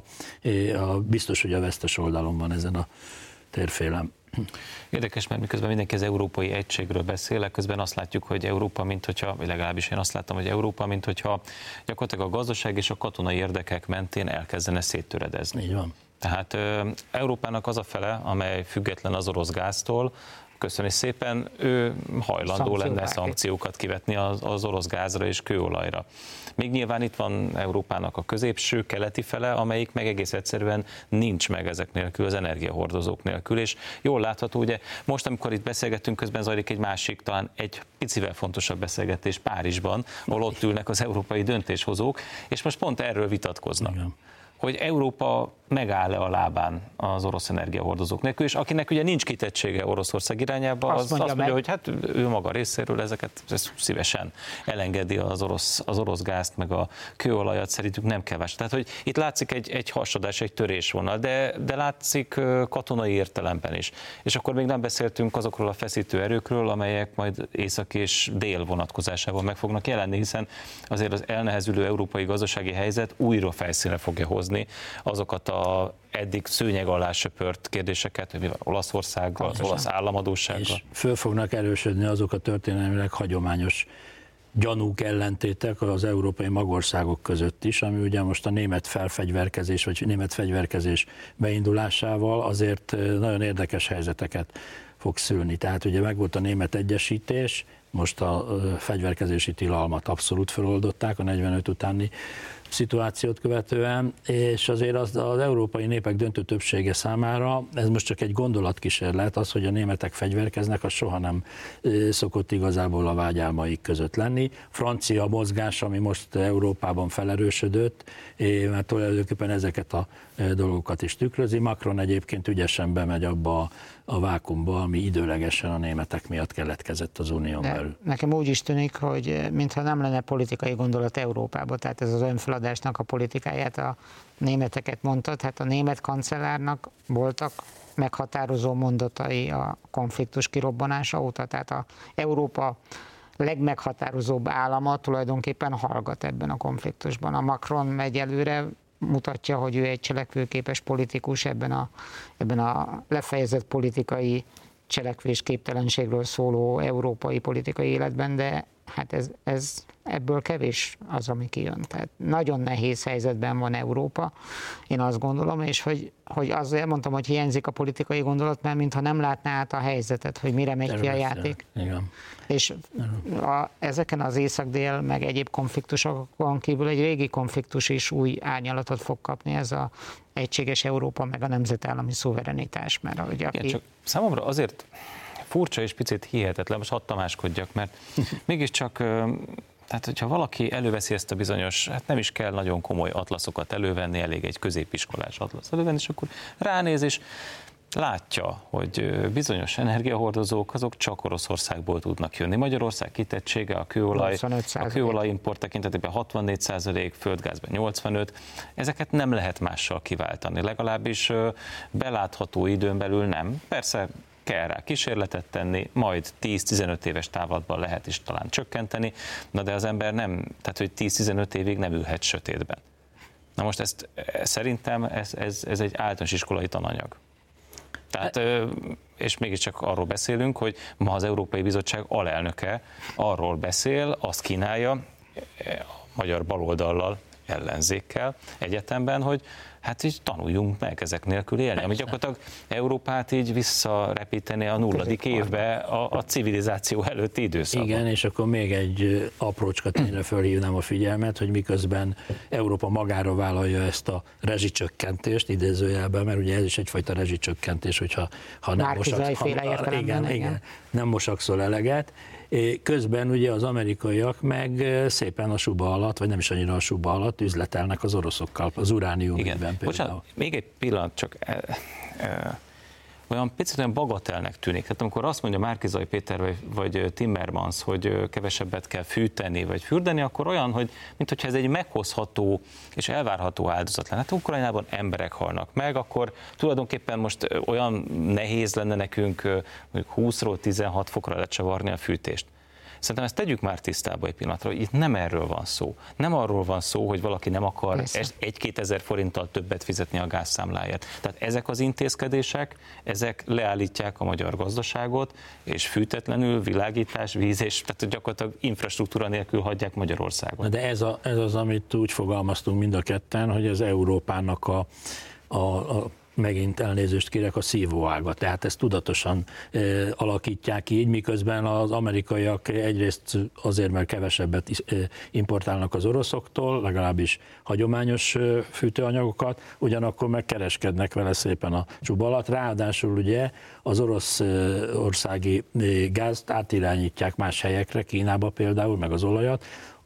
biztos, hogy a vesztes oldalon van ezen a térfélen. Érdekes, mert miközben mindenki az európai egységről beszél, közben azt látjuk, hogy Európa, vagy legalábbis én azt láttam, hogy Európa, minthogyha gyakorlatilag a gazdaság és a katonai érdekek mentén elkezdene széttöredezni. Így van. Tehát Európának az a fele, amely független az orosz gáztól, köszönöm szépen, ő hajlandó lenne szankciókat kivetni az orosz gázra és kőolajra. Még nyilván itt van Európának a középső, keleti fele, amelyik meg egész egyszerűen nincs meg ezek nélkül, az energiahordozók nélkül, és jól látható, ugye most, amikor itt beszélgettünk, közben zajlik egy másik, talán egy picivel fontosabb beszélgetés Párizsban, ahol ott ülnek az európai döntéshozók, és most pont erről vitatkoznak. Igen. Hogy Európa megáll-e a lábán az orosz energiahordozók nélkül, és akinek ugye nincs kitettsége Oroszország irányába, azt mondja, hogy hát ő maga részéről ezeket szívesen elengedi az orosz gázt, meg a kőolajat, szerintük nem kell vásárolni. Tehát, hogy itt látszik egy hasadás, egy törésvonal, de látszik katonai értelemben is. És akkor még nem beszéltünk azokról a feszítő erőkről, amelyek majd észak és dél vonatkozásában meg fognak jelenni, hiszen azért az elnehezülő európai gazdasági helyzet újra felszínre fogja hozni azokat eddig szőnyeg alá söpört kérdéseket, hogy mi van Olaszországgal, az olasz államadósággal. És föl fognak erősödni azok a történelmileg hagyományos gyanúk, ellentétek az európai magországok között is, ami ugye most a német felfegyverkezés, vagy német fegyverkezés beindulásával azért nagyon érdekes helyzeteket fog szülni. Tehát ugye megvolt a német egyesítés, most a fegyverkezési tilalmat abszolút feloldották a 45 utáni szituációt követően, és azért az európai népek döntő többsége számára, ez most csak egy gondolatkísérlet, az, hogy a németek fegyverkeznek, az soha nem szokott igazából a vágyálmaik között lenni. Francia mozgás, ami most Európában felerősödött, mert tulajdonképpen ezeket a dolgokat is tükrözi. Macron egyébként ügyesen bemegy abba a vákumba, ami időlegesen a németek miatt keletkezett az unión belül. Nekem úgy is tűnik, hogy mintha nem lenne politikai gondolat Európában, tehát ez az önfeladásnak a politikáját a németeket mondta, tehát a német kancellárnak voltak meghatározó mondatai a konfliktus kirobbanása óta, tehát a Európa legmeghatározóbb állama tulajdonképpen hallgat ebben a konfliktusban. A Macron megy előre, mutatja, hogy ő egy cselekvőképes politikus ebben a lefejezett politikai cselekvésképtelenségről szóló európai politikai életben, de hát ez ebből kevés az, ami kijön. Tehát nagyon nehéz helyzetben van Európa, én azt gondolom, és hogy azért mondtam, hogy hiányzik a politikai gondolat, mert mintha nem látná át a helyzetet, hogy mire megy ki a játék. Igen. És ezeken az észak-dél meg egyéb konfliktusokon kívül egy régi konfliktus is új árnyalatot fog kapni, ez az egységes Európa meg a nemzetállami szuverenitás. Mert ahogy igen, csak számomra azért furcsa és picit hihetetlen, most hadd tamáskodjak, mert mégiscsak, tehát hogyha valaki előveszi ezt a bizonyos, hát nem is kell nagyon komoly atlaszokat elővenni, elég egy középiskolás atlasz elővenni, és akkor ránéz, és látja, hogy bizonyos energiahordozók azok csak Oroszországból tudnak jönni. Magyarország kitettsége a kőolajimport tekintetében 64%, földgázban 85%, ezeket nem lehet mással kiváltani, legalábbis belátható időn belül nem. Persze kell rá kísérletet tenni, majd 10-15 éves távlatban lehet is talán csökkenteni, na de az ember nem, tehát hogy 10-15 évig nem ülhet sötétben. Na most ezt szerintem ez egy általános iskolai tananyag. Tehát, és mégiscsak arról beszélünk, hogy ma az Európai Bizottság alelnöke arról beszél, azt kínálja a magyar baloldallal, ellenzékkel egyetemben, hogy hát így tanuljunk meg ezek nélkül élni. Ami gyakorlatilag Európát így visszarepíteni a 0. évbe a civilizáció előtti időszakban. Igen, és akkor még egy aprócska tényre fölhívnám a figyelmet, hogy miközben Európa magára vállalja ezt a rezsicsökkentést, idézőjelben, mert ugye ez is egyfajta rezsicsökkentés, hogyha nem mosakszol eleget. Közben ugye az amerikaiak meg szépen a suba alatt, vagy nem is annyira a suba alatt üzletelnek az oroszokkal, az uránium ügyben például. Bocsánat, még egy pillanat, csak olyan picit olyan bagatelnek tűnik. Tehát amikor azt mondja Márki-Zay Péter vagy Timmermans, hogy kevesebbet kell fűteni vagy fürdeni, akkor olyan, hogy mintha ez egy meghozható és elvárható áldozat lenne. Hát Ukrajnában emberek halnak meg, akkor tulajdonképpen most olyan nehéz lenne nekünk mondjuk 20-ról 16 fokra lecsavarni a fűtést. Szerintem ezt tegyük már tisztába egy pillanatra, hogy itt nem erről van szó. Nem arról van szó, hogy valaki nem akar 1-2 ezer forinttal többet fizetni a gázszámláért. Tehát ezek az intézkedések, ezek leállítják a magyar gazdaságot, és fűtetlenül világítás, víz, és tehát gyakorlatilag infrastruktúra nélkül hagyják Magyarországot. De ez az, amit úgy fogalmaztunk mind a ketten, hogy az Európának a megint elnézést kérek, a szívóága. Tehát ezt tudatosan alakítják így, miközben az amerikaiak egyrészt azért, mert kevesebbet importálnak az oroszoktól, legalábbis hagyományos fűtőanyagokat, ugyanakkor meg kereskednek vele szépen a csuba alatt. Ráadásul ugye az oroszországi gázt átirányítják más helyekre, Kínába például, meg az olajat,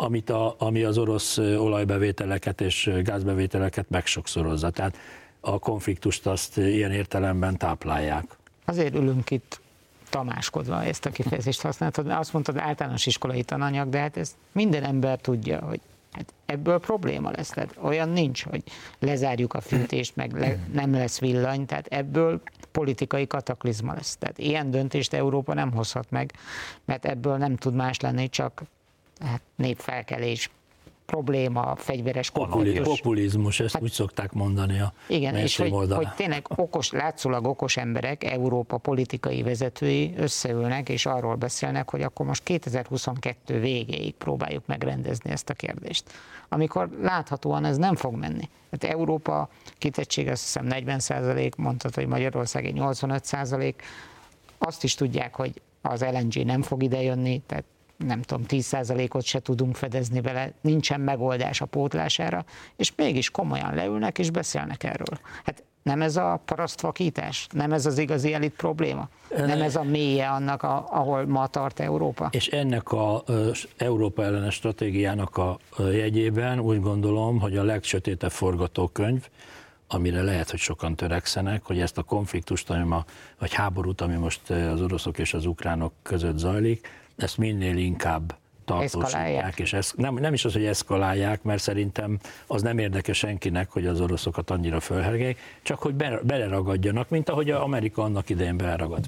ami az orosz olajbevételeket és gázbevételeket megsokszorozza. Tehát a konfliktust azt ilyen értelemben táplálják. Azért ülünk itt tamáskodva, ezt a kifejezést használtad, mert azt mondtad, általános iskolai tananyag, de hát ezt minden ember tudja, hogy hát ebből probléma lesz. Tehát olyan nincs, hogy lezárjuk a fűtést, meg nem lesz villany, tehát ebből politikai kataklizma lesz. Tehát ilyen döntést Európa nem hozhat meg, mert ebből nem tud más lenni, csak hát népfelkelés, probléma, fegyveres konfliktus. Populizmus, ezt úgy szokták mondani a igen, és hogy tényleg látszólag okos emberek, Európa politikai vezetői összeülnek, és arról beszélnek, hogy akkor most 2022 végéig próbáljuk megrendezni ezt a kérdést. Amikor láthatóan ez nem fog menni. Hát Európa kitettség, azt hiszem 40%, mondtad, hogy Magyarország egy 85%, azt is tudják, hogy az LNG nem fog idejönni, tehát nem tudom, 10%-ot se tudunk fedezni vele, nincsen megoldás a pótlására, és mégis komolyan leülnek és beszélnek erről. Hát nem ez a parasztvakítás? Nem ez az igazi elit probléma? Nem ez a mélye annak, ahol ma tart Európa? És ennek az Európa ellenes stratégiának a jegyében úgy gondolom, hogy a legsötétebb forgatókönyv, amire lehet, hogy sokan törekszenek, hogy ezt a konfliktust, vagy háborút, ami most az oroszok és az ukránok között zajlik, ezt minél inkább tartósítják, és nem is az, hogy eszkalálják, mert szerintem az nem érdekes senkinek, hogy az oroszokat annyira fölhergeljék, csak hogy beleragadjanak, mint ahogy Amerika annak idején beleragadt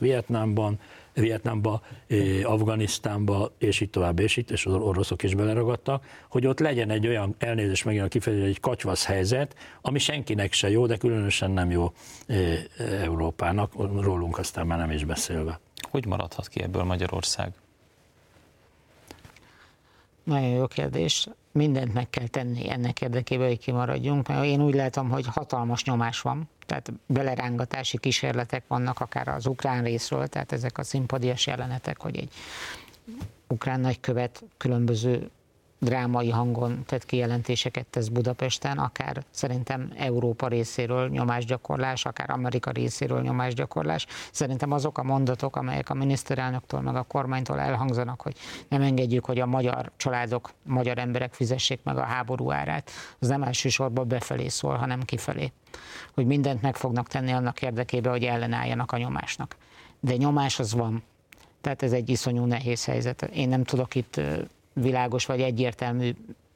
Vietnámba, Afganisztánba, és így tovább, és az oroszok is beleragadtak, hogy ott legyen egy olyan, elnézést megint a kifejezés, egy katyvasz helyzet, ami senkinek se jó, de különösen nem jó Európának, rólunk aztán már nem is beszélve. Hogy maradhat ki ebből Magyarország? Nagyon jó kérdés. Mindent meg kell tenni ennek érdekében, hogy kimaradjunk, mert én úgy látom, hogy hatalmas nyomás van, tehát belerángatási kísérletek vannak akár az ukrán részről, tehát ezek a szimpadias jelenetek, hogy egy ukrán nagykövet különböző drámai hangon tett kijelentéseket tesz Budapesten, akár szerintem Európa részéről nyomásgyakorlás, akár Amerika részéről nyomásgyakorlás. Szerintem azok a mondatok, amelyek a miniszterelnöktől meg a kormánytól elhangzanak, hogy nem engedjük, hogy a magyar családok, magyar emberek fizessék meg a háború árát, az nem elsősorban befelé szól, hanem kifelé. Hogy mindent meg fognak tenni annak érdekében, hogy ellenálljanak a nyomásnak. De nyomás az van. Tehát ez egy iszonyú nehéz helyzet. Én nem tudok itt világos vagy egyértelmű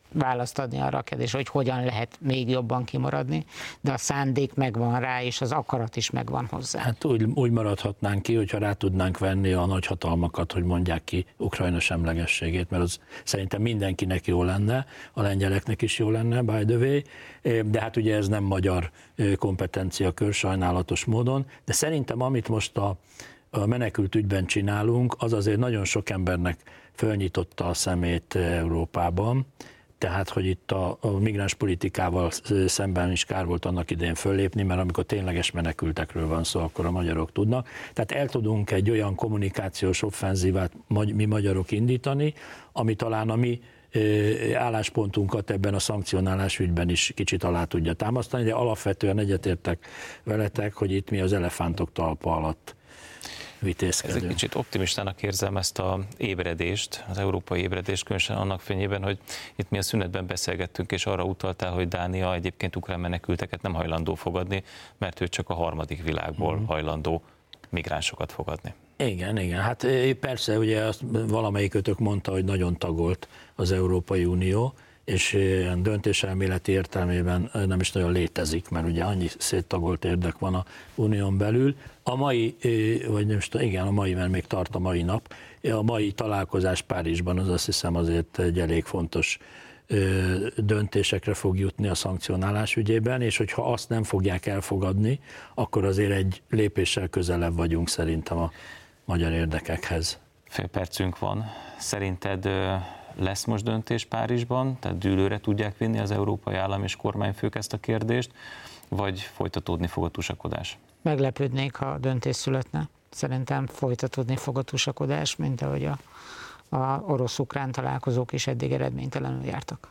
választ adni arra a kérdésre, hogy hogyan lehet még jobban kimaradni, de a szándék megvan rá, és az akarat is megvan hozzá. Hát úgy maradhatnánk ki, hogyha rá tudnánk venni a nagyhatalmakat, hogy mondják ki Ukrajna semlegességét, mert az szerintem mindenkinek jó lenne, a lengyeleknek is jó lenne, by the way, de hát ugye ez nem magyar kompetenciakör sajnálatos módon, de szerintem amit most a menekült ügyben csinálunk, az azért nagyon sok embernek fölnyitotta a szemét Európában, tehát, hogy itt a migráns politikával szemben is kár volt annak idején föllépni, mert amikor tényleges menekültekről van szó, akkor a magyarok tudnak. Tehát el tudunk egy olyan kommunikációs offenzívát mi magyarok indítani, ami talán a mi álláspontunkat ebben a szankcionálás ügyben is kicsit alá tudja támasztani, de alapvetően egyetértek veletek, hogy itt mi az elefántok talpa alatt vitézkedünk. Ez egy kicsit optimistának érzem ezt az ébredést, az európai ébredést, különösen annak fényében, hogy itt mi a szünetben beszélgettünk, és arra utaltál, hogy Dánia egyébként ukrán menekülteket nem hajlandó fogadni, mert ő csak a harmadik világból hajlandó migránsokat fogadni. Igen, hát persze, ugye azt valamelyikötök mondta, hogy nagyon tagolt az Európai Unió, és döntéselméleti értelmében nem is nagyon létezik, mert ugye annyi széttagolt érdek van a unión belül. A mai, vagy nem is tudom, igen, a mai, mert még tart a mai nap, a mai találkozás Párizsban az azt hiszem azért egy elég fontos döntésekre fog jutni a szankcionálás ügyében, és hogyha azt nem fogják elfogadni, akkor azért egy lépéssel közelebb vagyunk szerintem a magyar érdekekhez. Fél percünk van. Szerinted lesz most döntés Párizsban, tehát dűlőre tudják vinni az európai állam és kormányfők ezt a kérdést, vagy folytatódni fog a tusakodás? Meglepődnék, ha döntés születne. Szerintem folytatódni fog a tusakodás, mint ahogy a orosz-ukrán találkozók is eddig eredménytelenül jártak.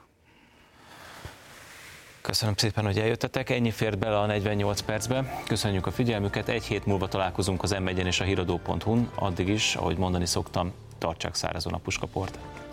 Köszönöm szépen, hogy eljöttetek, ennyi fért bele a 48 percbe. Köszönjük a figyelmüket, egy hét múlva találkozunk az M1-en és a híradó.hu-n, addig is, ahogy mondani szoktam, tartsák szárazon a puskaport.